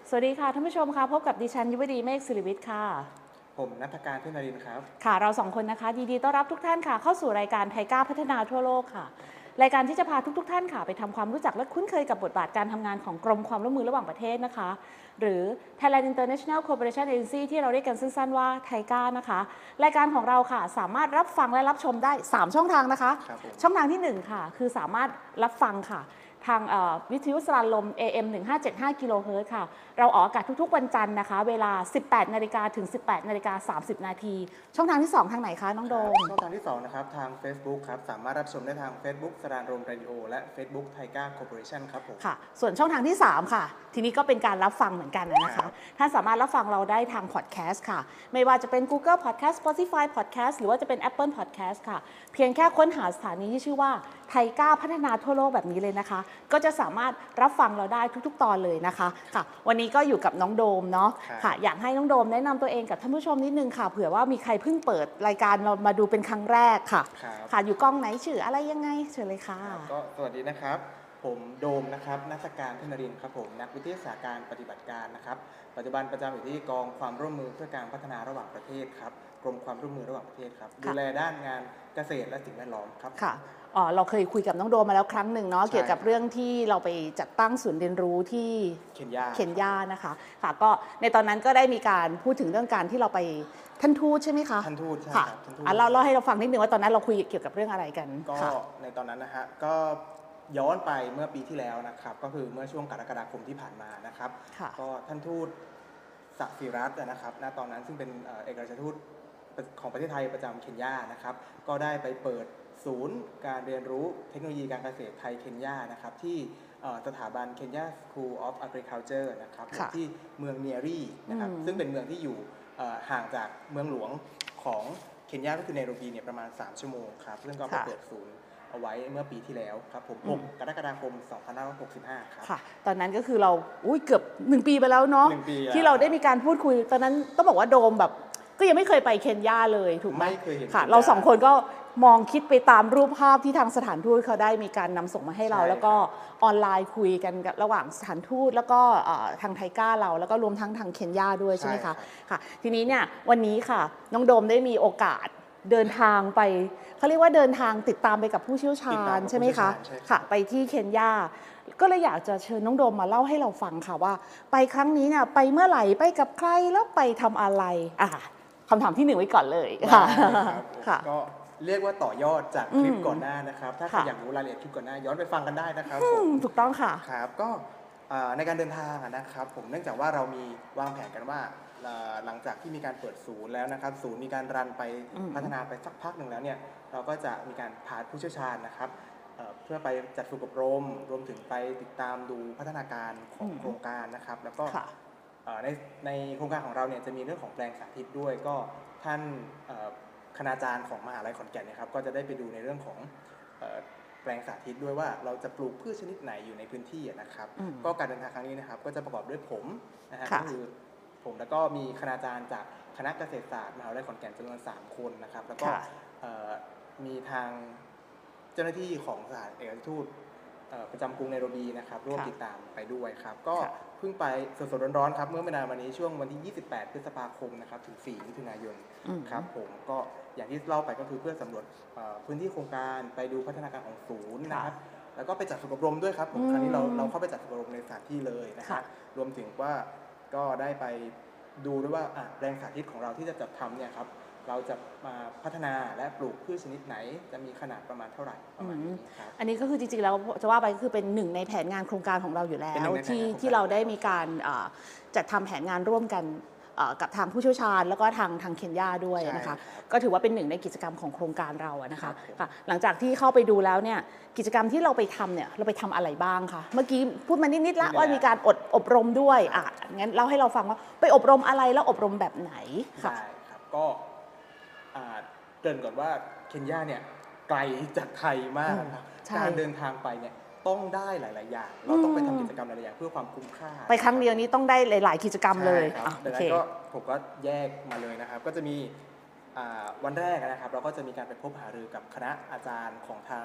สวัสดีค่ะท่านผู้ชมค่ะพบกับดิฉันยุวดีเมฆศิริวิทย์ค่ะผมณัฐการเทพนรินทร์ครับค่ะเราสองคนนะคะยินดีต้อนรับทุกท่านค่ะเข้าสู่รายการไทยก้าวพัฒนาทั่วโลกค่ะรายการที่จะพาทุกท่านค่ะไปทำความรู้จักและคุ้นเคยกับบทบาทการทำงานของกรมความร่วมมือระหว่างประเทศนะคะหรือ Thailand International Cooperation Agency ที่เราเรียกกันสั้นๆว่าไทยก้านะคะรายการของเราค่ะสามารถรับฟังและรับชมได้3ช่องทางนะคะช่องทางที่1ค่ะคือสามารถรับฟังค่ะทางวิทยุสารลม AM 1575กิโลเฮิรตซ์ค่ะเราออกอากาศทุกๆวันจันทร์นะคะเวลา 18 นาฬิกาถึง 18 นาฬิกา 30 นาทีช่องทางที่2ทางไหนคะน้องโดมช่องทางที่2นะครับทาง Facebook ครับสามารถรับชมได้ทาง Facebook สรานรมเรดิโอและ Facebook ไทก้าคอร์ปอเรชั่นครับผมค่ะส่วนช่องทางที่3ค่ะทีนี้ก็เป็นการรับฟังเหมือนกันนะคะท่านสามารถรับฟังเราได้ทางพอดแคสต์ค่ะไม่ว่าจะเป็น Google Podcast Spotify Podcast หรือว่าจะเป็น Apple Podcast ค่ะเพียงแค่ค้นหาสถานีที่ชื่อว่าไทก้าพัฒนาทั่วโลกแบบนี้เลยนะคะก็จะสามารถรับฟังเราได้ทุกๆตอนเลยนะคะค่ะวันนี้ก็อยู่กับน้องโดมเนาะค่ะอยากให้น้องโดมแนะนำตัวเองกับท่านผู้ชมนิดนึงค่ะเผื่อว่ามีใครเพิ่งเปิดรายการเรามาดูเป็นครั้งแรกค่ะค่ะอยู่กล้องไหนชื่ออะไรยังไงเชิญเลยค่ะก็สวัสดีนะครับผมโดมนะครับณัฐการเทพนรินทร์ครับผมนักวิทยาศาสตร์การปฏิบัติการนะครับปัจจุบันประจำอยู่ที่กองความร่วมมือเพื่อการพัฒนาระหว่างประเทศครับกรมความร่วมมือระหว่างประเทศครับดูแลด้านงานเกษตรและสิ่งแวดล้อมครับค่ะเราเคยคุยกับน้องโดมมาแล้วครั้งหนึ่งเนาะเกี่ยวกับเรื่องที่เราไปจัดตั้งศูนย์เรียนรู้ที่เคนยานะคะค่ะก็ในตอนนั้นก็ได้มีการพูดถึงเรื่องการที่เราไปท่านทูตใช่ไหมคะท่านทูตใช่ค่ะครับท่านทูตเล่าให้เราฟังนิดนึงว่าตอนนั้นเราคุยเกี่ยวกับเรื่องอะไรกันก็ในตอนนั้นนะฮะก็ย้อนไปเมื่อปีที่แล้วนะครับก็คือเมื่อช่วงกรกฎาคมที่ผ่านมานะครับก็ท่านทูตสศิรัตน์นะครับณตอนนั้นซึ่งเป็นเอกอัครราชทูตของประเทศไทยประจำเคนยานะครับก็ได้ไปเปิดศูนย์การเรียนรู้เทคโนโลยีการเกษตรไทยเคนยานะครับที่สถาบัน Kenya School of Agriculture นะครับที่เมืองเนียรีนะครับซึ่งเป็นเมืองที่อยู่ห่างจากเมืองหลวงของเคนยาก็คือเนโรบีเนี่ยประมาณ3ชั่วโมงครับซึ่งก็ไปเปิดศูนย์เอาไว้เมื่อปีที่แล้วครับผม6กรกฎาคม2565ครับค่ะตอนนั้นก็คือเราเกือบ1ปีไปแล้วเนาะที่เราได้มีการพูดคุยตอนนั้นต้องบอกว่าโดมแบบก็ยังไม่เคยไปเคนยาเลยถูกไหมไม่เคยเห็นค่ะเรา2คนก็มองคิดไปตามรูปภาพที่ทางสถานทูตเขาได้มีการนำส่งมาให้เราแล้วก็ออนไลน์คุยกันระหว่างสถานทูตแล้วก็ทางไทก้าเราแล้วก็รวมทั้งทางเคนยาด้วยใช่ไหมคะค่ะทีนี้เนี่ยวันนี้ค่ะน้องโดมได้มีโอกาสเดินทางไปเขาเรียกว่าเดินทางติดตามไปกับผู้เชี่ยวชาญใช่ไหมคะค่ะไปที่เคนยาก็เลยอยากจะเชิญน้องโดมมาเล่าให้เราฟังค่ะว่าไปครั้งนี้เนี่ยไปเมื่อไหร่ไปกับใครแล้วไปทำอะไรคำถามที่1ไว้ก่อนเลยค่ะก็เรียกว่าต่อยอดจากคลิปก่อนหน้านะครับถ้าใครอยากรู้รายละเอียดคลิปก่อนหน้าย้อนไปฟังกันได้นะครับถูกต้องค่ะครับก็ในการเดินทางนะครับผมเนื่องจากว่าเรามีวางแผนกันว่าหลังจากที่มีการเปิดศูนย์แล้วนะครับศูนย์มีการรันไปพัฒนาไปสักพักหนึ่งแล้วเนี่ยเราก็จะมีการพาผู้เชี่ยวชาญนะครับเพื่อไปจัดฝึกอบรมรวมถึงไปติดตามดูพัฒนาการของโครงการนะครับแล้วก็ในโครงการของเราเนี่ยจะมีเรื่องของแปลงสาธิตด้วยก็ท่านคณาจารย์ของมหาลัยขอนแก่นนะครับก็จะได้ไปดูในเรื่องของแปลงสาธิตด้วยว่าเราจะปลูกพืชชนิดไหนอยู่ในพื้นที่นะครับก็การเดินทางครั้งนี้นะครับก็จะประกอบด้วยผมนะฮะก็คือผมแล้วก็มีคณาจารย์จากคณะเกษตรศาสตร์มหาวิทยาลัยขอนแก่นจำนวน3คนนะครับแล้วก็มีทางเจ้าหน้าที่ของสถานเอกอัครราชทูตประจำกรุงไนโรบีนะครับร่วมติดตามไปด้วยครับก็เพิ่งไปสดๆร้อนๆครับเมื่อไม่นานมานี้ช่วงวันที่28พฤษภาคมนะครับถึง4มิถุนายนครับผมก็อย่างที่เล่าไปก็คือเพื่อสำรวจพื้นที่โครงการไปดูพัฒนาการของศูนย์นะครับแล้วก็ไปจัดฝึกอบรมด้วยครับผมครั้งนี้เราเข้าไปจัดฝึกอบรมในสถานที่เลยนะครับรวมถึงว่าก็ได้ไปดูด้วยว่าแปลงสาธิตของเราที่จะจัดทำเนี่ยครับเราจะมาพัฒนาและปลูกพืชชนิดไหนจะมีขนาดประมาณเท่าไหร่ประมาณนี้ครับอันนี้ก็คือจริงๆแล้วจะว่าไปก็คือเป็นหนึ่งในแผนงานโครงการของเราอยู่แล้วที่เราได้มีการจัดทำแผนงานร่วมกันกับทางผู้เชี่ยวชาญแล้วก็ทางเคนยาด้วยนะคะก็ถือว่าเป็นหนึ่งในกิจกรรมของโครงการเรานะคะหลังจากที่เข้าไปดูแล้วเนี่ยกิจกรรมที่เราไปทำเนี่ยเราไปทำอะไรบ้างคะเมื่อกี้พูดมานิดๆแล้วว่ามีการอบรมด้วยงั้นเล่าให้เราฟังว่าไปอบรมอะไรแล้วอบรมแบบไหนค่ะครับก็เกริ่นก่อนว่าเคนยาเนี่ยไกลจากไทยมากครับการเดินทางไปเนี่ยต้องได้หลายๆอย่างเราต้องไปทำกิจกรรมหลายๆอย่างเพื่อความคุ้มค่าไปครั้งเดียวนี้ต้องได้หลายๆกิจกรรมเลยดังนั้นก็ผมก็แยกมาเลยนะครับก็จะมีวันแรกนะครับเราก็จะมีการไปพบหารือกับคณะอาจารย์ของทาง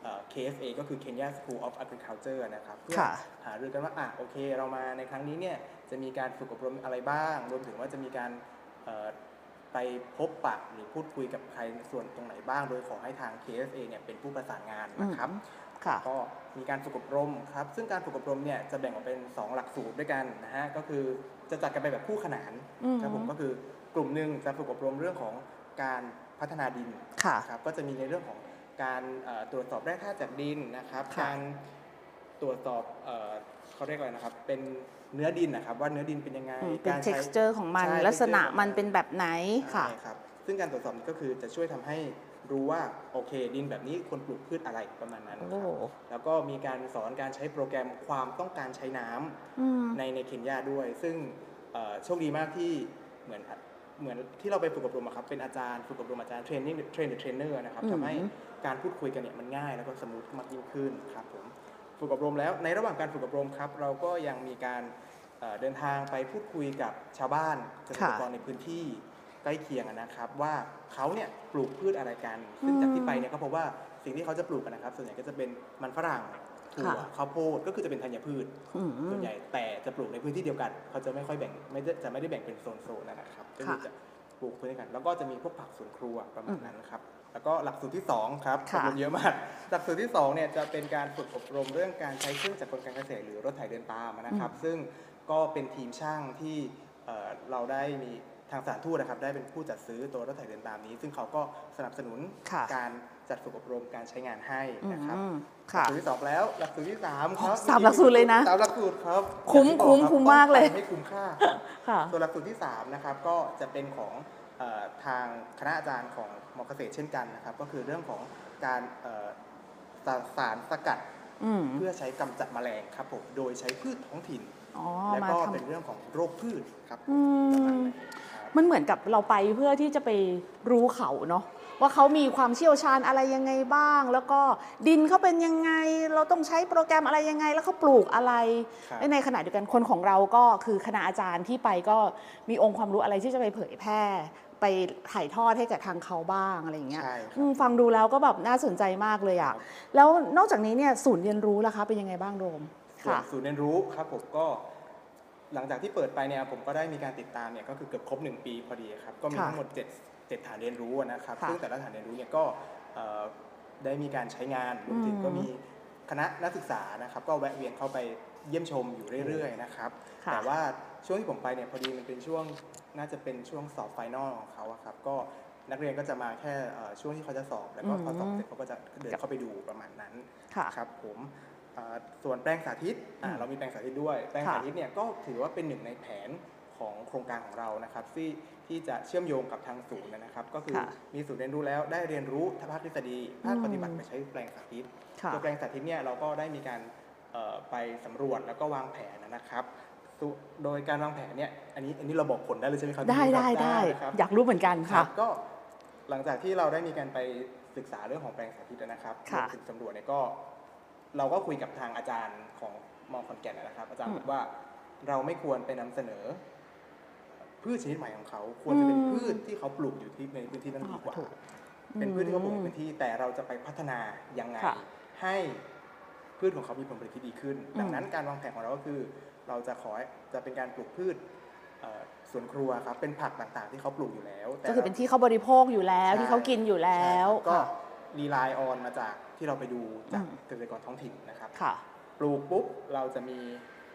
KSA ก็คือ Kenya School of Agriculture นะครับเพื่อหารือกันว่าโอเคเรามาในครั้งนี้เนี่ยจะมีการฝึกอบรมอะไรบ้างรวมถึงว่าจะมีการไปพบปะหรือพูดคุยกับใครส่วนตรงไหนบ้างโดยขอให้ทาง KSA เนี่ยเป็นผู้ประสานงานนะครับก็มีการฝึกอบรมครับซึ่งการฝึกอบรมเนี่ยจะแบ่งออกเป็น2หลักสูตรด้วยกันนะฮะก็คือจะจัดกันไปแบบคู่ขนานครับผมก็คือกลุ่มหนึ่งจะฝึกอบรมเรื่องของการพัฒนาดินครับก็จะมีในเรื่องของการตรวจสอบแร่ธาตุจากดินนะครับการตรวจสอบเขาเรียกอะไรนะครับเป็นเนื้อดินนะครับว่าเนื้อดินเป็นยังไงเป็น texture ของมันลักษณะมันเป็นแบบไหนค่ะครับซึ่งการตรวจสอบก็คือจะช่วยทำให้รู้ว่าโอเคดินแบบนี้ควรปลูกพืชอะไรประมาณนั้นครับแล้วก็มีการสอนการใช้โปรแกรมความต้องการใช้น้ำในเคนยาด้วยซึ่งโชคดีมากที่เหมือนที่เราไปฝึกอบรมครับเป็นอาจารย์ฝึกอบรมอาจารย์เทรนเนอร์นะครับทำให้การพูดคุยกันเนี่ยมันง่ายแล้วก็สมูทมากยิ่งขึ้นครับผมฝึกอบรมแล้วในระหว่างการฝึกอบรมครับเราก็ยังมีการเดินทางไปพูดคุยกับชาวบ้านเกษตรกรในพื้นที่ใกล้เคียงนะครับว่าเขาเนี่ยปลูกพืชอะไรกันซึ่งจากที่ไปเนี่ยก็พบว่าสิ่งที่เขาจะปลูกกันนะครับส่วนใหญ่ก็จะเป็นมันฝรั่งถั่วข้าวโพดก็คือจะเป็นธัญพืชส่วนใหญ่แต่จะปลูกในพื้นที่เดียวกันเขาจะไม่ค่อยแบ่งจะไม่ได้แบ่งเป็นโซนนะครับก็คือจะปลูกพื้นที่กันแล้วก็จะมีพวกผักสวนครัวประมาณนั้นครับแล้วก็หลักสูตรที่2ครับอบรมเยอะมากหลักสูตรที่2เนี่ยจะเป็นการฝึกอบรมเรื่องการใช้เครื่องจักรกลการเกษตรหรือรถไถเดินตามนะครับซึ่งก็เป็นทีมช่างที่เราได้มีทางสถานทูตนะครับได้เป็นผู้จัดซื้อตัวรถไถเดินตามนี้ซึ่งเขาก็สนับสนุนการจัดฝึกอบรมการใช้งานให้นะครับหลักสูตรที่2แล้วหลักสูตรที่3ครับ 3หลักสูตรเลยนะ 3หลักสูตรครับคุ้มมากเลยให้คุ้มค่าส่วนหลักสูตรที่3นะครับก็จะเป็นของทางคณะอาจารย์ของมอเกษตรเช่นกันนะครับก็คือเรื่องของการสารสกัดเพื่อใช้กำจัดแมลงครับผมโดยใช้พืชท้องถิ่นและก็เป็นเรื่องของโรคพืชครับมันเหมือนกับเราไปเพื่อที่จะไปรู้เขาเนาะว่าเขามีความเชี่ยวชาญอะไรยังไงบ้างแล้วก็ดินเขาเป็นยังไงเราต้องใช้โปรแกรมอะไรยังไงแล้วเขาปลูกอะไรในขณะเดียวกันคนของเราก็คือคณะอาจารย์ที่ไปก็มีองค์ความรู้อะไรที่จะไปเผยแพร่ไปถ่ายทอดให้กับทางเขาบ้างอะไรอย่างเงี้ยฟังดูแล้วก็แบบน่าสนใจมากเลยอ่ะแล้วนอกจากนี้เนี่ยศูนย์เรียนรู้ล่ะคะเป็นยังไงบ้างโดมศูนย์เรียนรู้ครับผมก็หลังจากที่เปิดไปเนี่ยผมก็ได้มีการติดตามเนี่ยก็คือเกือบครบ1 ปีพอดีครับก็มีทั้งหมด7ฐานเรียนรู้นะครับซึ่งแต่ละฐานเรียนรู้เนี่ยก็ได้มีการใช้งานรวมถึงก็มีคณะนักศึกษานะครับก็แวะเวียนเข้าไปเยี่ยมชมอยู่เรื่อยๆนะครับแต่ว่าช่วงที่ผมไปเนี่ยพอดีมันเป็นช่วงน่าจะเป็นช่วงสอบไฟนอลของเขาครับก็นักเรียนก็จะมาแค่ช่วงที่เขาจะสอบแล้วก็พอสอบเสร็จเขาก็จะเดินเข้าไปดูประมาณนั้นครับผมส่วนแปลงสาธิตเรามีแปลงสาธิตด้วยแปลงสาธิตเนี่ยก็ถือว่าเป็นหนึ่งในแผนของโครงการของเรานะครับที่จะเชื่อมโยงกับทางศูนย์นะครับก็คือมีศูนย์เรียนรู้แล้วได้เรียนรู้ภาคทฤษฎีภาคปฏิบัติไปใช้แปลงสาธิตตัวแปลงสาธิตเนี่ยเราก็ได้มีการไปสำรวจแล้วก็วางแผนนะครับโดยการวางแผนเนี่ยอันนี้เราบอกผลได้เลยใช่ไหมครับได้อยากรู้เหมือนกันค่ะก็หลังจากที่เราได้มีการไปศึกษาเรื่องของแปลงสาธิตนะครับศึกสำรวจเนี่ยก็เราก็คุยกับทางอาจารย์ของม.ขอนแก่นนะครับอาจารย์บอกว่าเราไม่ควรไปนำเสนอพืชชนิดใหม่ของเขาควรจะเป็นพืชที่เขาปลูกอยู่ที่ในพื้นที่นั้นดีกว่าเป็นพืชที่เขาปลูกในพื้นที่แต่เราจะไปพัฒนายังไงให้พืชของเขามีผลผลิตที่ดีขึ้นดังนั้นการวางแผนของเราก็คือเราจะเป็นการปลูกพืชสวนครัวครับเป็นผักต่างๆที่เขาปลูกอยู่แล้วก็คือเป็นที่เขาบริโภคอยู่แล้วที่เขากินอยู่แล้วก็รีไลน์ออนมาจากที่เราไปดูจากเกษตรกรท้องถิ่นนะครับปลูกปุ๊บเราจะมี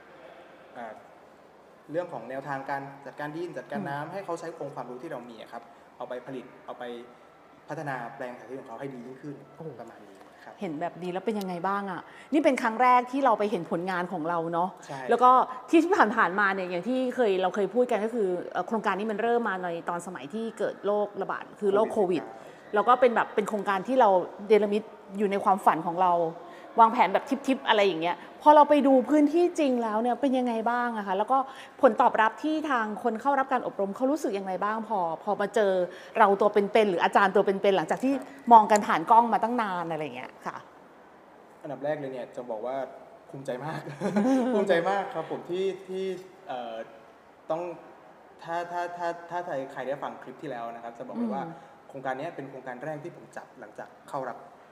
เรื่องของแนวทางการจัดการดินจัดการน้ำให้เขาใช้องค์ความรู้ที่เรามีครับเอาไปผลิตเอาไปพัฒนาแปลงสาธิตของเขาให้ดียิ่งขึ้นประมาณนี้ครับเห็นแบบนี้แล้วเป็นยังไงบ้างอ่ะนี่เป็นครั้งแรกที่เราไปเห็นผลงานของเราเนาะแล้วก็ที่ผ่านมาเนี่ยอย่างที่เราเคยพูดกันก็คือโครงการนี้มันเริ่มมาในตอนสมัยที่เกิดโรคระบาดคือโรคโควิดแล้วก็เป็นโครงการที่เราเดลมิตอยู่ในความฝันของเราวางแผนแบบทิปๆอะไรอย่างเงี้ยพอเราไปดูพื้นที่จริงแล้วเนี่ยเป็นยังไงบ้างอะคะแล้วก็ผลตอบรับที่ทางคนเข้ารับการอบรมเขารู้สึกยังไงบ้างพอมาเจอเราตัวเป็นๆหรืออาจารย์ตัวเป็นๆหลังจากที่มองกันผ่านกล้องมาตั้งนานอะไรอย่างเงี้ยค่ะอันดับแรกเลยเนี่ยจะบอกว่าภูมิใจมาก ภูมิใจมากครับผมที่ต้องถ้าใครได้ฟังคลิปที่แล้วนะครับจะบอกเลยว่าโครงการนี้เป็นโครงการแรกที่ผมจับหลังจากเข้ารับ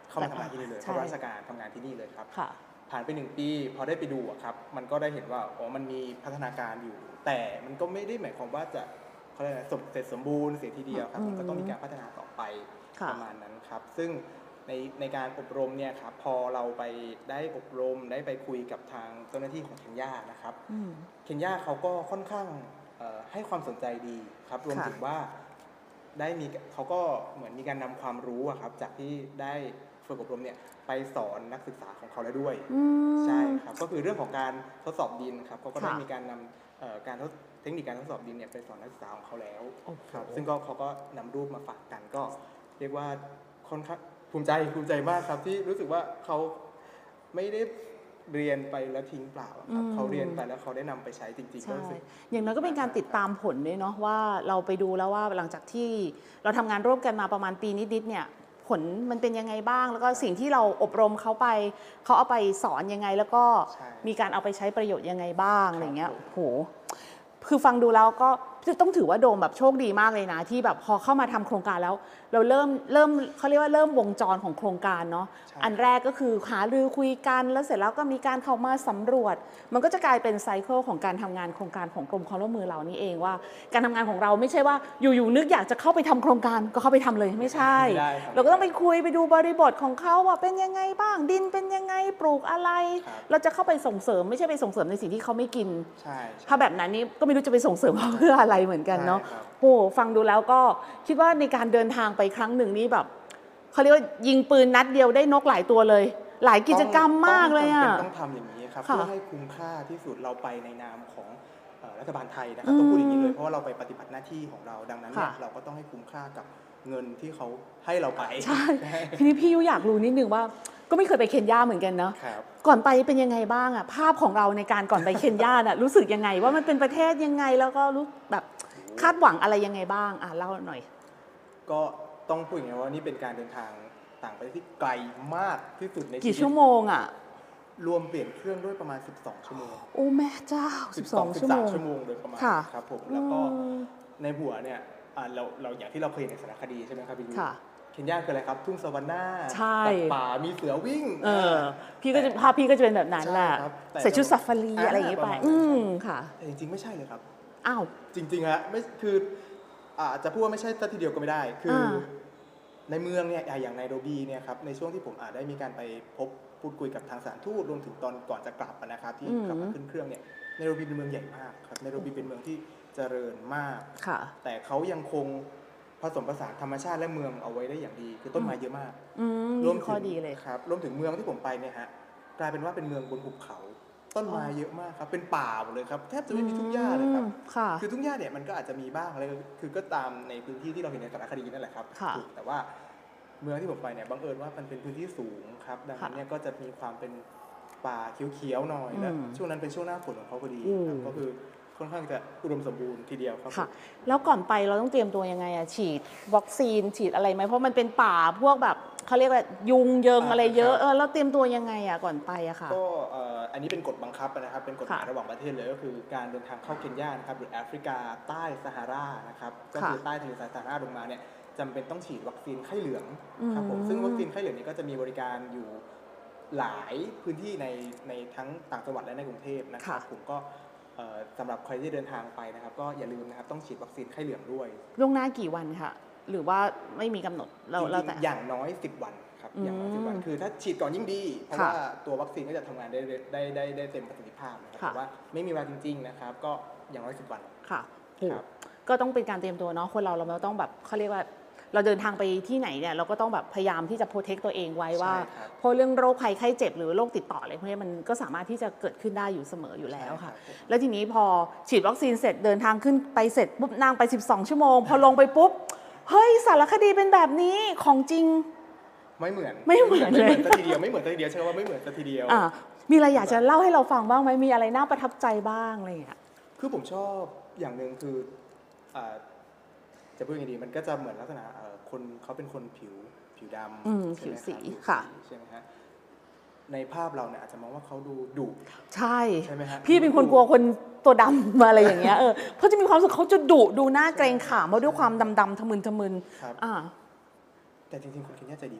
เข้ามาทำงานที่นี่เลยเข้าราชการทำงานที่นี่เลยครับผ่านไป1 ปีพอได้ไปดูครับมันก็ได้เห็นว่าอ๋อมันมีพัฒนาการอยู่ แต่มันก็ไม่ได้หมายความว่าจะเขาเรียกอะไรเสร็จสมบูรณ์เสียทีเดียวครับมันก็ต้องมีการพัฒนาต่อไปประมาณนั้นครับซึ่งในการอบรมเนี่ยครับพอเราไปได้อบรมได้ไปคุยกับทางเจ้าหน้าที่ของเคนยานะครับเคนยาเขาก็ค่อนข้างให้ความสนใจดีครับรวมถึงว่าเขาก็เหมือนมีการนำความรู้ครับจากที่ได้ฝึกอบรมเนี่ยไปสอนนักศึกษาของเขาแล้วด้วยใช่ครับก็คือเรื่องของการทดสอบดินครับเขาก็ได้มีการนำเทคนิคการทดสอบดินเนี่ยไปสอนนักศึกษาของเขาแล้วครับซึ่งเขาก็นำรูปมาฝากกันก็เรียกว่าค่อนข้างภูมิใจมากครับที่รู้สึกว่าเขาไม่ได้เรียนไปแล้วทิ้งเปล่าครับเขาเรียนไปแล้วเขาได้นำไปใช้จริงๆก็รู้สึกอย่างนั้นก็เป็นการติดตามผลด้วยเนาะว่าเราไปดูแล้วว่าหลังจากที่เราทำงานร่วมกันมาประมาณปีนิดๆเนี่ยผลมันเป็นยังไงบ้างแล้วก็สิ่งที่เราอบรมเขาไปเขาเอาไปสอนยังไงแล้วก็มีการเอาไปใช้ประโยชน์ยังไงบ้างอะไรเงี้ยโหคือฟังดูแล้วก็ต้องถือว่าโดมแบบโชคดีมากเลยนะที่แบบพอเข้ามาทำโครงการแล้วเราเริ่มเขาเรียกว่าเริ่มวงจรของโครงการเนาะอันแรกก็คือหารือคุยกันแล้วเสร็จแล้วก็มีการเข้ามาสำรวจมันก็จะกลายเป็นไซเคิลของการทำงานโครงการของกรมความร่วมมือเรานี่เองว่าการทำงานของเราไม่ใช่ว่าอยู่นึกอยากจะเข้าไปทำโครงการก็เข้าไปทำเลยไม่ใช่เราก็ต้องไปคุยไปดูบริบทของเขาว่าเป็นยังไงบ้างดินเป็นยังไงปลูกอะไรเราจะเข้าไปส่งเสริมไม่ใช่ไปส่งเสริมในสิ่งที่เขาไม่กินถ้าแบบนั้นนี่ก็ไม่รู้จะไปส่งเสริมเขาเพื่ออะไรเหมือนกันเนาะโอ้ฟังดูแล้วก็คิดว่าในการเดินทางไปครั้งหนึ่งนี่แบบเขาเรียกว่ายิงปืนนัดเดียวได้นกหลายตัวเลยหลายกิจกรรมมากเลยอ่ะต้องทำอย่างนี้ครับเพื่อให้คุ้มค่าที่สุดเราไปในนามของรัฐบาลไทยนะครับต้องพูดอย่างนี้เลยเพราะว่าเราไปปฏิบัติหน้าที่ของเราดังนั้นเนี่ยเราก็ต้องให้คุ้มค่ากับเงินที่เขาให้เราไปใช่ทีนี้พี่อยากรู้นิดนึงว่าก็ไม่เคยไปเคนยาเหมือนกันเนาะก่อนไปเป็นยังไงบ้างอ่ะภาพของเราในการก่อนไปเคนยาน่ะรู้สึกยังไงว่ามันเป็นประเทศยังไงแล้วก็รู้แบบคาดหวังอะไรยังไงบ้างเล่าหน่อยก็ต้องพูดอย่างนี้ว่านี่เป็นการเดินทางต่างประเทศที่ไกลมากที่สุดในชีวิตกี่ชั่วโมงอ่ะรวมเปลี่ยนเครื่องด้วยประมาณ12 ชั่วโมงโอ้แม่เจ้า12 ชั่วโมงโดยประมาณครับผมแล้วก็ในหัวเนี่ยเราอย่างที่เราเคยเห็นในสารคดีใช่ไหมครับพี่เคนยาคืออะไรครับทุ่งซาวาน่าป่ามีเสือวิ่งพี่ก็จะภาพพี่ก็จะเป็นแบบนั้นแหละใส่ชุดซาฟารีอะไรอย่างเงี้ยไปค่ะแต่จริงๆไม่ใช่เลยครับอ้าวจริงๆฮะไม่คือจะพูดว่าไม่ใช่ซะทีเดียวก็ไม่ได้คือในเมืองเนี่ยอย่างไนโรบีเนี่ยครับในช่วงที่ผมได้มีการไปพูดคุยกับทางสถานทูตรวมถึงตอนก่อนจะกลับนะครับที่กลับมาขึ้นเครื่องเนี่ยไนโรบีเป็นเมืองใหญ่มากครับไนโรบีเป็นเมืองที่เจริญมากแต่เขายังคงผสมผสานธรรมชาติและเมืองเอาไว้ได้อย่างดีคือต้นไม้เยอะมากรวมข้อดีเลยครับรวมถึงเมืองที่ผมไปเนี่ยฮะกลายเป็นว่าเป็นเมืองบนหุบเขาต้นไม้เยอะมากครับเป็นป่าหมดเลยครับแทบจะไม่มีทุ่งหญ้าเลยครับคือทุ่งหญ้าเนี่ยมันก็อาจจะมีบ้างอะไรคือก็ตามในพื้นที่ที่เราเห็นในสารคดีนั่นแหละครับแต่ว่าเมืองที่ผมไปเนี่ยบังเอิญว่ามันเป็นพื้นที่สูงครับดังนั้นเนี่ยก็จะมีความเป็นป่าเขียวๆหน่อยและช่วงนั้นเป็นช่วงหน้าฝนของเขาพอดีครับก็คือค่อนข้างจะอุดมสมบูรณ์ทีเดียวครับแล้วก่อนไปเราต้องเตรียมตัวยังไงฉีดวัคซีนฉีดอะไรไหมเพราะมันเป็นป่าพวกแบบเขาเรียกว่ายุงเยิงอะไรเยอะแล้วเตรียมตัวยังไงก่อนไปค่ะก็อันนี้เป็นกฎบังคับนะครับเป็นกฎหมายระหว่างประเทศเลยก็คือการเดินทางเข้าเคนยานะครับหรือแอฟริกาใต้ซาฮารานะครับก็คือใต้ทะเลทรายซาฮาราลงมาเนี่ยจำเป็นต้องฉีดวัคซีนไข้เหลืองครับผมซึ่งวัคซีนไข้เหลืองนี้ก็จะมีบริการอยู่หลายพื้นที่ในทั้งต่างจังหวัดและในกรุงเทพนะครับผมก็สำหรับใครที่เดินทางไปนะครับก็อย่าลืมนะครับต้องฉีดวัคซีนไข้เหลืองด้วยล่วงหน้ากี่วันคะหรือว่าไม่มีกำหนดเราแต่อย่างน้อย10 วันครับอย่างน้อย10 วันคือถ้าฉีดก่อนยิ่งดีเพราะว่าตัววัคซีนก็จะทำงานได้เต็มประสิทธิภาพนะครับแต่ว่าไม่มีเวลาจริงๆนะครับก็อย่างน้อย10 วันค่ะก็ต้องเป็นการเตรียมตัวเนาะคนเราต้องแบบเขาเรียกว่าเราเดินทางไปที่ไหนเนี่ยเราก็ต้องแบบพยายามที่จะโปรเทคตัวเองไว้ว่าเพราะเรื่องโรคภัยไข้เจ็บหรือโรคติดต่ออะไรพวกนี้มันก็สามารถที่จะเกิดขึ้นได้อยู่เสมออยู่แล้วค่ะแล้วทีนี้พอฉีดวัคซีนเสร็จเดินทางขึ้นไปเสร็จปุ๊บนั่งไป12 ชั่วโมงพอลงไปปุ๊บเฮ้ยสารคดีเป็นแบบนี้ของจริงไม่เหมือนเลยซะทีเดียวไม่เหมือนซะทีเดียวใช่ไหมว่าไม่เหมือนซะทีเดียวมีอะไรอยากจะเล่าให้เราฟังบ้างไหมมีอะไรน่าประทับใจบ้างอะไรอย่างเงี้ยคือผมชอบอย่างนึงคือจะพูดยังไงดีมันก็จะเหมือนลักษณะคนเขาเป็นคนผิวดำผิวสีค่ะใช่ไหมฮะในภาพเราเนี่ยอาจจะมองว่าเขาดูดุใช่ไหมฮะพี่เป็นคนกลัวคนตัวดำมาอะไรอย่างเงี้ยเพราะจะมีความรู้สึกเขาจะดุดูหน้าเกรงขามเพราะด้วยความดำทะมึนครับแต่จริงๆคนเคนยาใจดีมากครับ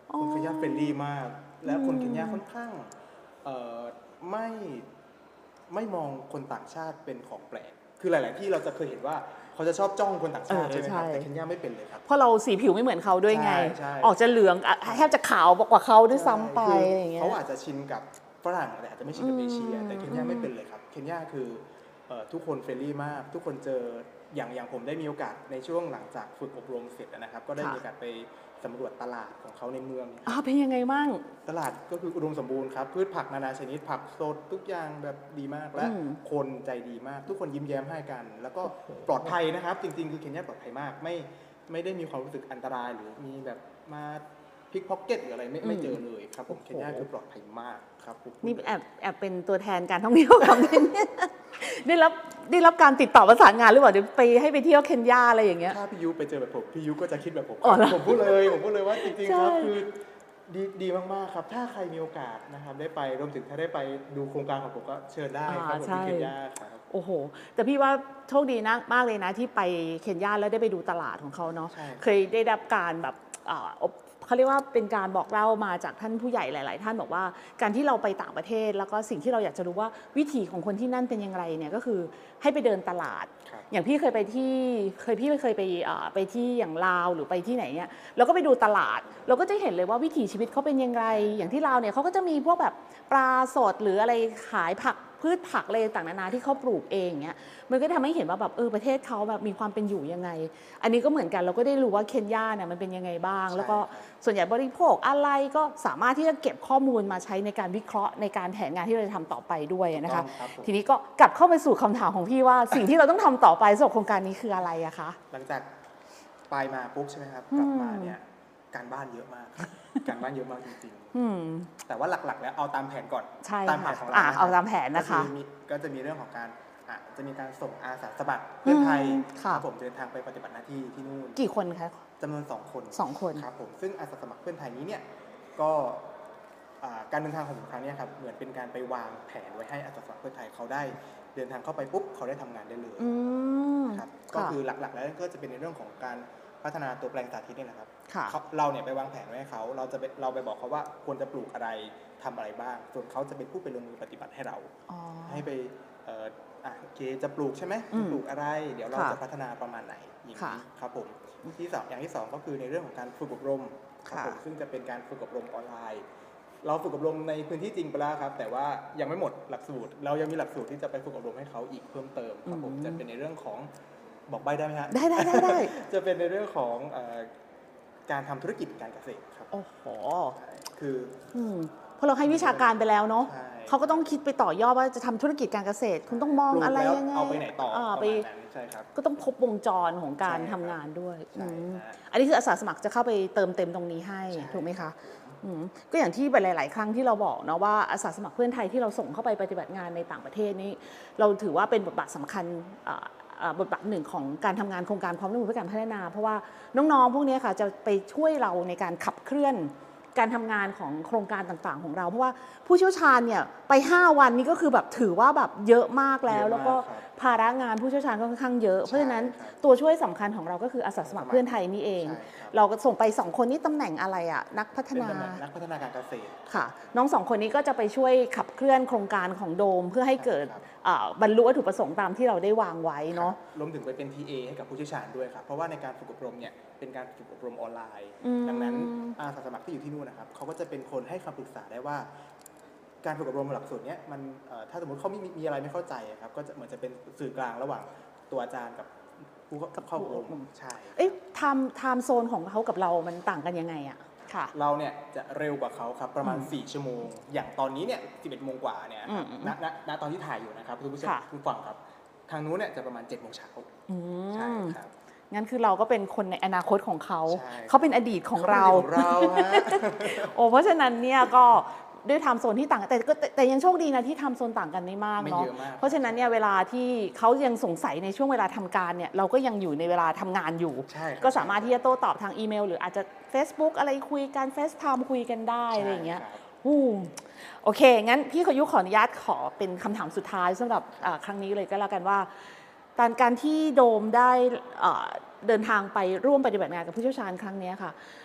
คนเคนยาเฟรนลี่มาก และคนเคนยาค่อนข้างเอ่อไม่ไม่มองคนต่างชาติเป็นของแปลกคือหลาย ๆ ที่เราจะเคยเห็นว่าเขาจะชอบจ้องคนต่างชาติใช่ไหมครับแต่เคนยาไม่เป็นเลยครับเพราะเราสีผิวไม่เหมือนเขาด้วยไงใช่ออกจะเหลืองแทบจะขาวกว่าเขาด้วยซ้ำไปอะไรอย่างเงี้ยเขาอาจจะชินกับฝรั่งแต่อาจจะไม่ชินกับเอเชียแต่เคนยาไม่เป็นเลยครับเคนยาคือทุกคนเฟรนลี่มากทุกคนเจออย่างผมได้มีโอกาสในช่วงหลังจากฝึกอบรมเสร็จนะครับก็ได้มีโอกาสไปสำรวจตลาดของเขาในเมืองเป็นยังไงบ้างตลาดก็คืออุดมสมบูรณ์ครับพืชผักนานาชนิดผักสดทุกอย่างแบบดีมากและคนใจดีมากทุกคนยิ้มแย้มให้กัน แล้วก็ปลอดภัยนะครับจริงๆคือเคนยาปลอดภัยมากไม่ได้มีความรู้สึกอันตรายหรือมีแบบมาพิกพ็อกเก็ตหรืออะไรไม่เจอเลยครับผมเคนยาคือปลอดภัยมากครับนี่แอบเป็นตัวแทนการท่องเที่ยวของเคนยาได้รับการติดต่อประสานงานหรือเปล่าเดี๋ยวไปให้ไปเที่ยวเคนยาอะไรอย่างเงี้ยถ้าพี่ยุไปเจอแบบผมพี่ยุก็จะคิดแบบผมผมพูดเลยว่าจริงๆครับคือดีมากๆครับถ้าใครมีโอกาสนะครับได้ไปรวมถึงถ้าได้ไปดูโครงการของผมก็เชิญได้ครับผมที่เคนยาครับโอ้โหแต่พี่ว่าโชคดีนะมากเลยนะที่ไปเคนยาแล้วได้ไปดูตลาดของเขาเนาะเคยได้รับการแบบเขาเรียกว่าเป็นการบอกเล่ามาจากท่านผู้ใหญ่หลายๆท่านบอกว่าการที่เราไปต่างประเทศแล้วก็สิ่งที่เราอยากจะรู้ว่าวิถีของคนที่นั่นเป็นยังไงเนี่ยก็คือให้ไปเดินตลาดอย่างพี่เคยไปที่พี่เคยไปที่อย่างลาวหรือไปที่ไหนเนี่ยเราก็ไปดูตลาดเราก็จะเห็นเลยว่าวิถีชีวิตเขาเป็นยังไงอย่างที่ลาวเนี่ยเขาก็จะมีพวกแบบปลาสดหรืออะไรขายพืชผักอะไรต่างๆนานาที่เขาปลูกเองเงี้ยมันก็ทำให้เห็นว่าแบบประเทศเขาแบบมีความเป็นอยู่ยังไงอันนี้ก็เหมือนกันเราก็ได้รู้ว่าเคนยาเนี่ยมันเป็นยังไงบ้างแล้วก็ส่วนใหญ่บริโภคอะไรก็สามารถที่จะเก็บข้อมูลมาใช้ในการวิเคราะห์ในการแผนงานที่เราจะทำต่อไปด้วยนะคะทีนี้ก็กลับเข้าไปสู่คำถามของพี่ว่าสิ่งที่เราต้องทำต่อไปสำหรับโครงการนี้คืออะไรอะคะหลังจากไปมาปุ๊บใช่ไหมครับกลับมาเนี่ยการบ้านเยอะมากการบ้านเยอะมากจริงๆแต่ว่าหลักๆแล้วเอาตามแผนก่อนตามแผนของเราเอาตามแผนนะคะก็จะมีเรื่องของการจะมีการส่งอาสาสมัครเพื่อนไทยครับผมเดินทางไปปฏิบัติหน้าที่ที่นู่นกี่คนคะจำนวน2 คนครับผมซึ่งอาสาสมัครเพื่อนไทยนี้เนี่ยก็การเดินทางของผมครั้งนี้ครับเหมือนเป็นการไปวางแผนไว้ให้อาสาสมัครเพื่อนไทยเขาได้เดินทางเข้าไปปุ๊บเขาได้ทำงานได้เลยครับก็คือหลักๆแล้วก็จะเป็นในเรื่องของการพัฒนาตัวแปลงสาธิตนี่แหละครับเราเนี่ยไปวางแผนไว้ให้เขาเราไปบอกเขาว่าควรจะปลูกอะไรทำอะไรบ้างส่วนเขาจะเป็นผู้ไปลงมือปฏิบัติให้เราให้ไปโอเคจะปลูกใช่ไหมปลูกอะไรเดี๋ยวเราจะพัฒนาประมาณไหนอย่างนี้ครับผมอย่างที่สองก็คือในเรื่องของการฝึกอบรมครับผมซึ่งจะเป็นการฝึกอบรมออนไลน์เราฝึกอบรมในพื้นที่จริงไปแล้วครับแต่ว่ายังไม่หมดหลักสูตรเรายังมีหลักสูตรที่จะไปฝึกอบรมให้เขาอีกเพิ่มเติมครับผมจะเป็นในเรื่องของบอกใบได้ไหมฮะได้จะเป็นในเรื่องของการทำธุรกิจการเกษตรครับโอ้โหคือเพราะเราให้วิชาการไปแล้วเนาะเขาก็ต้องคิดไปต่อยอดว่าจะทำธุรกิจการเกษตรคุณต้องมองอะไรยังไงเอาไปไหนต่อไปใช่ครับก็ต้องครบวงจรของการทำงานด้วยอันนี้คืออาสาสมัครจะเข้าไปเติมเต็มตรงนี้ให้ถูกไหมคะก็อย่างที่ไปหลายๆครั้งที่เราบอกนะว่าอาสาสมัครเพื่อนไทยที่เราส่งเข้าไปปฏิบัติงานในต่างประเทศนี้เราถือว่าเป็นบทบาทสำคัญบทบาทหนึ่งของการทำงานโครงการความร่วมมือเพื่อการพัฒนาเพราะว่าน้องๆพวกนี้ค่ะจะไปช่วยเราในการขับเคลื่อนการทำงานของโครงการต่างๆของเราเพราะว่าผู้เชี่ยวชาญเนี่ยไป5 วันนี้ก็คือแบบถือว่าแบบเยอะมากแล้วแล้วก็ภาระงานผู้เชี่ยวชาญก็ค่อนข้างเยอะเพราะฉะนั้นตัวช่วยสำคัญของเราก็คืออาสาสมัครเพื่อนไทยนี่เองเราก็ส่งไป2 คนนี้ตำแหน่งอะไรอ่ะนักพัฒนาการเกษตรค่ะน้อง2 คนนี้ก็จะไปช่วยขับเคลื่อนโครงการของโดมเพื่อให้เกิดบรรลุวัตถุประสงค์ตามที่เราได้วางไว้เนาะรวมถึงไปเป็น TA ให้กับผู้เชี่ยวชาญด้วยครับเพราะว่าในการฝึกอบรมเนี่ยเป็นการฝึกอบรมออนไลน์ดังนั้นอาสาสมัครที่อยู่ที่นู่นนะครับเขาก็จะเป็นคนให้คำปรึกษาได้ว่าการฝึกอบรมหลักสูตรเนี้ยมันถ้าสมมติเขามีอะไรไม่เข้าใจครับก็จะเหมือนจะเป็นสื่อกลางระหว่างตัวอาจารย์กับผู้เข้าอบรมใช่ไทม์โซนของเขากับเรามันต่างกันยังไงอะเราเนี่ยจะเร็วกว่าเขาครับประมาณ4 ชั่วโมงอย่างตอนนี้เนี่ย11 โมงกว่าเนี่ยณตอนที่ถ่ายอยู่นะครับทุกผู้ชมทุกฝั่งครับทางนู้นเนี่ยจะประมาณ7 โมงเช้าใช่ครับงั้นคือเราก็เป็นคนในอนาคตของเขาเขาเป็นอดีตของเราโอ้เพราะฉะนั้นเนี่ยก็ด้วยไทม์โซนที่ต่างแต่ยังโชคดีนะที่ไทม์โซนต่างกันไม่มากเนาะเพราะฉะนั้นเนี่ยเวลาที่เขายังสงสัยในช่วงเวลาทำการเนี่ยเราก็ยังอยู่ในเวลาทำงานอยู่ก็สามารถที่จะโต้ตอบทางอีเมลหรืออาจจะ Facebook อะไรคุยกันเฟซไทม์คุยกันได้อะไรอย่างเงี้ยโอเคงั้นพี่ขออนุญาตขอเป็นคำถามสุดท้ายสำหรับครั้งนี้เลยก็แล้วกันว่าการที่โดมได้เดินทางไปร่วมปฏิบัติงานกับผู้เชี่ยวชาญครั้งนี้ค่ะ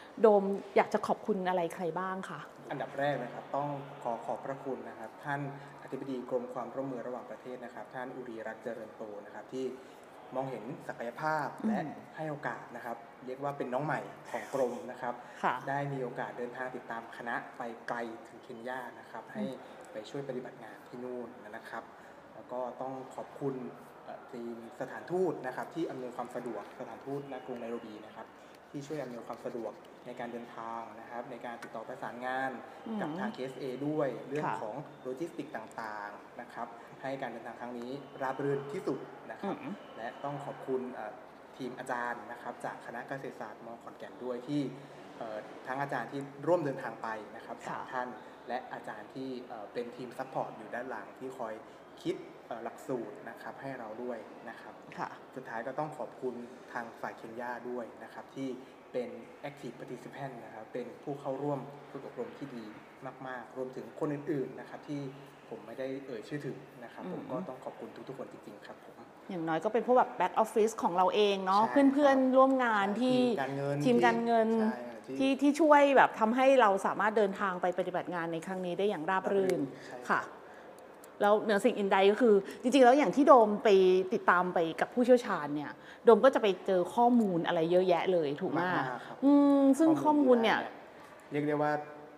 โดมอยากจะขอบคุณอะไรใครบ้างคะอันดับแรกนะครับต้องขอบพระคุณนะครับท่านอธิบดีกรมความร่วมมือระหว่างประเทศนะครับท่านอุรีรัตน์เจริญโตนะครับที่มองเห็นศักยภาพและให้โอกาสนะครับเรียกว่าเป็นน้องใหม่ของกรมนะครับได้มีโอกาสเดินทางติดตามคณะไปไกลถึงเคนยานะครับให้ไปช่วยปฏิบัติงานที่นู่นนะครับแล้วก็ต้องขอบคุณทีมสถานทูตนะครับที่อำนวยความสะดวกสถานทูตณกรุงไนโรบีนะครับที่ช่วยอำนวยความสะดวกในการเดินทางนะครับในการติดต่อประสานงานกับทาง KSA ด้วยเรื่องของโลจิสติกต่างๆนะครับให้การเดินทางครั้งนี้ราบรื่นที่สุดนะครับและต้องขอบคุณทีมอาจารย์นะครับจากคณะเกษตรศาสตร์ม.ขอนแก่นด้วยที่ทั้งอาจารย์ที่ร่วมเดินทางไปนะครับ3 ท่านและอาจารย์ที่เป็นทีมซัพพอร์ตอยู่ด้านหลังที่คอยคิดหลักสูตรนะครับให้เราด้วยนะครับสุดท้ายก็ต้องขอบคุณทางฝ่ายเคนยาด้วยนะครับที่เป็น Active Participant นะครับเป็นผู้เข้าร่วมฝึกอบรมที่ดีมากๆรวมถึงคนอื่นๆนะครับที่ผมไม่ได้ชื่อถึงนะครับผมก็ต้องขอบคุณทุกๆคนจริงๆครับผมอย่างน้อยก็เป็นพวกแบบแบ็กออฟฟิศของเราเองเนาะเพื่อนๆร่วมงานที่ทีมการเงินที่ช่วยแบบทำให้เราสามารถเดินทางไปปฏิบัติงานในครั้งนี้ได้อย่างราบรื่นค่ะแล้วเหนือสิ่งอื่นใดก็คือจริงๆแล้วอย่างที่โดมไปติดตามไปกับผู้เชี่ยวชาญเนี่ยโดมก็จะไปเจอข้อมูลอะไรเยอะแยะเลยถูกไหมซึ่งข้อมูลเนี่ยเรียกได้ว่า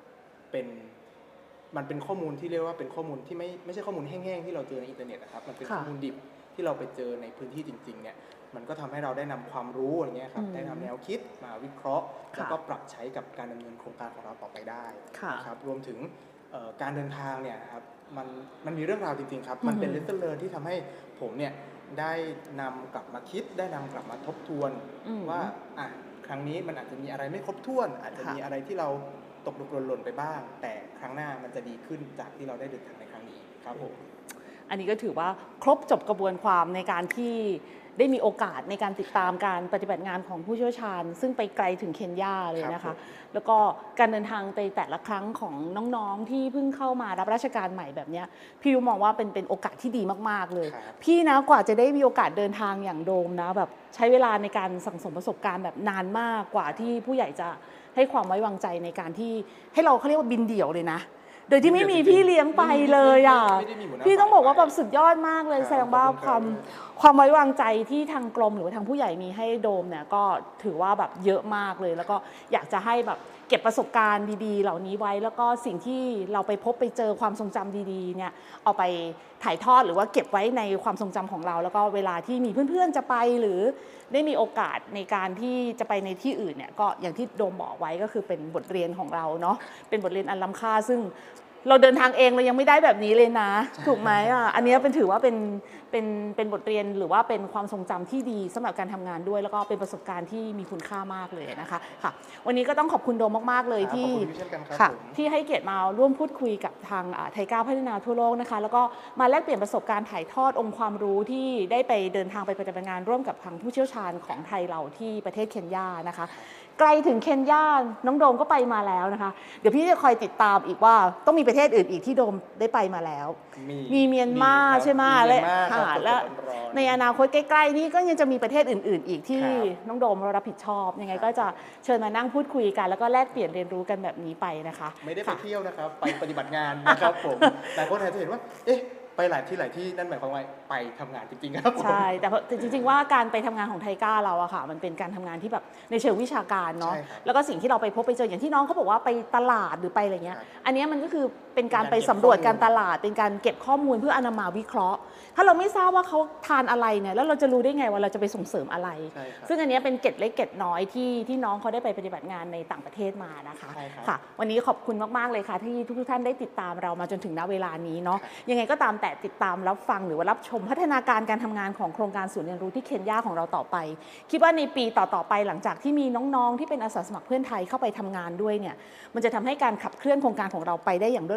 มันเป็นข้อมูลที่เรียกว่าเป็นข้อมูลที่ไม่ใช่ข้อมูลแห้งๆที่เราเจอในอินเทอร์เน็ตนะครับมันเป็นข้อมูลดิบที่เราไปเจอในพื้นที่จริงๆเนี่ยมันก็ทำให้เราได้นำความรู้อะไรเงี้ยครับได้นำแนวคิดมาวิเคราะห์แล้วก็ปรับใช้กับการดำเนินโครงการของเราต่อไปได้นะครับรวมถึงการเดินทางเนี่ยครับมันมีเรื่องราวจริงๆครับมันเป็น lesson learn ที่ทำให้ผมเนี่ยได้นำกลับมาคิดได้นำกลับมาทบทวนว่าครั้งนี้มันอาจจะมีอะไรไม่ครบถ้วนอาจจะมีอะไรที่เราตกหล่นไปบ้างแต่ครั้งหน้ามันจะดีขึ้นจากที่เราได้เดินทางในครั้งนี้ครับผมอันนี้ก็ถือว่าครบจบกระบวนความในการที่ได้มีโอกาสในการติดตามการปฏิบัติงานของผู้เชี่ยวชาญซึ่งไปไกลถึงเคนยาเลยนะคะแล้วก็การเดินทางในแต่ละครั้งของน้องๆที่เพิ่งเข้ามารับราชการใหม่แบบนี้พี่ยุมองว่าเป็นโอกาสที่ดีมากๆเลยพี่นะกว่าจะได้มีโอกาสเดินทางอย่างโดมนะแบบใช้เวลาในการสั่งสมประสบการณ์แบบนานมากกว่าที่ผู้ใหญ่จะให้ความไว้วางใจในการที่ให้เราเขาเรียกว่าบินเดี่ยวเลยนะโดยที่ไม่มีพี่เลี้ยงไปเลยอ่ะพี่ต้องบอกว่าแบบสุดยอดมากเลยแสดงว่าความไว้วางใจที่ทางกรมหรือว่าทางผู้ใหญ่มีให้โดมเนี่ยก็ถือว่าแบบเยอะมากเลยแล้วก็อยากจะให้แบบเก็บประสบการณ์ดีๆเหล่านี้ไว้แล้วก็สิ่งที่เราไปพบไปเจอความทรงจำดีๆเนี่ยเอาไปถ่ายทอดหรือว่าเก็บไว้ในความทรงจำของเราแล้วก็เวลาที่มีเพื่อนๆจะไปหรือได้มีโอกาสในการที่จะไปในที่อื่นเนี่ยก็อย่างที่โดมบอกไว้ก็คือเป็นบทเรียนของเราเนาะเป็นบทเรียนอันล้ำค่าซึ่งเราเดินทางเองเรายังไม่ได้แบบนี้เลยนะถูกไหมอันนี้ถือว่าเป็นบทเรียนหรือว่าเป็นความทรงจำที่ดีสำหรับการทำงานด้วยแล้วก็เป็นประสบการณ์ที่มีคุณค่ามากเลยนะคะค่ะวันนี้ก็ต้องขอบคุณโดมมากๆเลยที่ให้เกียรติมาร่วมพูดคุยกับทางไทก้าพัฒนาทั่วโลกนะคะแล้วก็มาแลกเปลี่ยนประสบการณ์ถ่ายทอดองค์ความรู้ที่ได้ไปเดินทางไปปฏิบัติงานร่วมกับทางผู้เชี่ยวชาญของไทยเราที่ประเทศเคนยานะคะไกลถึงเคนยาน้องโดมก็ไปมาแล้วนะคะเดี๋ยวพี่จะคอยติดตามอีกว่าต้องมีประเทศอื่นอีกที่โดมได้ไปมาแล้วมีเมียนมาใช่ไหมและในอนาคตใกล้ๆนี้ก็ยังจะมีประเทศอื่นๆอีกที่น้องโดมรับผิดชอบยังไงก็จะเชิญมานั่งพูดคุยกันแล้วก็แลกเปลี่ยนเรียนรู้กันแบบนี้ไปนะคะไม่ได้ไปเที่ยวนะครับไปปฏิบัติงานนะครับผมแต่คนไทยจะเห็นว่าเอ๊ะไปหลายที่นั่นหมายความว่าไปทำงานจริงๆครับใช่แต่จริงๆว่าการไปทำงานของไทก้าเราอะค่ะมันเป็นการทำงานที่แบบในเชิงวิชาการเนาะแล้วก็สิ่งที่เราไปพบไปเจออย่างที่น้องเขาบอกว่าไปตลาดหรือไปอะไรเงี้ยอันนี้มันก็คือเป็นการไปสำรวจการตลาดเป็นการเก็บข้อมูลเพื่อนำมาวิเคราะห์ถ้าเราไม่ทราบว่าเขาทานอะไรเนี่ยแล้วเราจะรู้ได้ไงว่าเราจะไปส่งเสริมอะไรซึ่งอันนี้เป็นเกร็ดเล็กเกร็ดน้อยที่น้องเขาได้ไปปฏิบัติงานในต่างประเทศมานะคะค่ะวันนี้ขอบคุณมากๆเลยค่ะที่ทุกท่านได้ติดตามเรามาจนถึงณเวลานี้เนาะยังไงก็ตามแต่ติดตามรับฟังหรือว่ารับชมพัฒนาการทำงานของโครงการศูนย์เรียนรู้ที่เคนยาของเราต่อไปคิดว่าในปีต่อๆไปหลังจากที่มีน้องๆที่เป็นอาสาสมัครเพื่อนไทยเข้าไปทำงานด้วยเนี่ยมันจะทำให้การขับเคลื่อนโครงการของเราไปได้อย่างรวด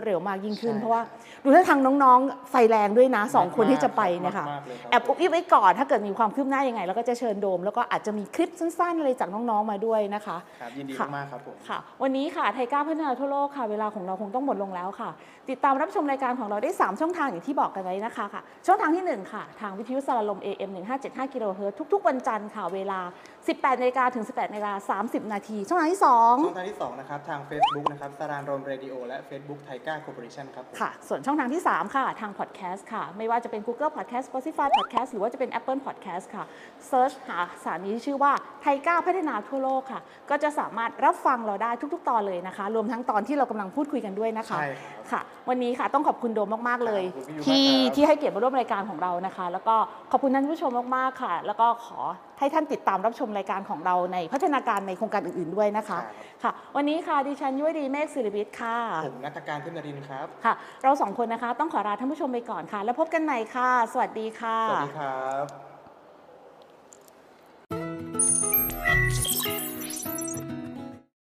เร็วมากยิ่งขึ้นใช่เพราะว่าดูท่าทางน้องๆไฟแรงด้วยนะ2 คนที่จะไปเนี่ยค่ะมากๆเลยครับแอบอุ๊บอิ๊บไว้ก่อนถ้าเกิดมีความคืบหน้ายังไงแล้วก็จะเชิญโดมแล้วก็อาจจะมีคลิปสั้นๆอะไรจากน้องๆมาด้วยนะคะครับยินดีค่ะมากๆครับผมค่ะวันนี้ค่ะไทก้าพัฒนาทั่วโลกค่ะเวลาของเราคงต้องหมดลงแล้วค่ะ ติดตามรับชมรายการของเราได้ 3 ช่องทางอย่างที่บอกกันไว้นะคะค่ะช่องทางที่ 1 ค่ะ ทางวิทยุสารลม AM 1575กิโลเฮิรตซ์ทุกๆวันจันทร์ค่ะเวลา 18 นาฬิกาถึง 18 นาฬิกา 30 นาทีช่องทางที่ช่อง 2 ทางที่2นะครับทาง Facebook นะครับสรานรมเรดิโอและ Facebook ไทก้าคอร์ปอเรชั่นครับผมค่ะส่วนช่องทางที่ 3 ค่ะทางพอดแคสต์ค่ะไม่ว่าจะเป็น Google Podcast Spotify Podcast หรือว่าจะเป็น Apple Podcast ค่ะเซิร์ชหาสถานีที่ชื่อว่าไทก้าพัฒนาทั่วโลกค่ะก็จะสามารถรับฟังเราได้ทุกๆ ตอนเลยนะคะรวมทั้งตอนที่เรากำลังพูดคุยกันด้วยนะคะใช่ครับค่ะวันนี้ค่ะต้องขอบคุณโดมมากๆเลยขอบคุณพี่ยูที่มากครับที่ให้เกียรติมาร่วมรายการของเรานะคะ แล้วก็ขอบคุณท่านผู้ชมมากๆค่ะ แล้วก็ขอให้ท่านติดตามรับชมรายการของเราในพัฒนาการในโครงการอื่นๆด้วยนะคะค่ะวันนี้ค่ะดิฉันยุ้ยดีเมฆศิริวิทย์ค่ะผมนัทการเทพนรินทร์ครับค่ะ เราสองคนนะคะต้องขอลาท่านผู้ชมไปก่อนค่ะ แล้วพบกันใหม่ค่ะ สวัสดีค่ะสวัสดีครับ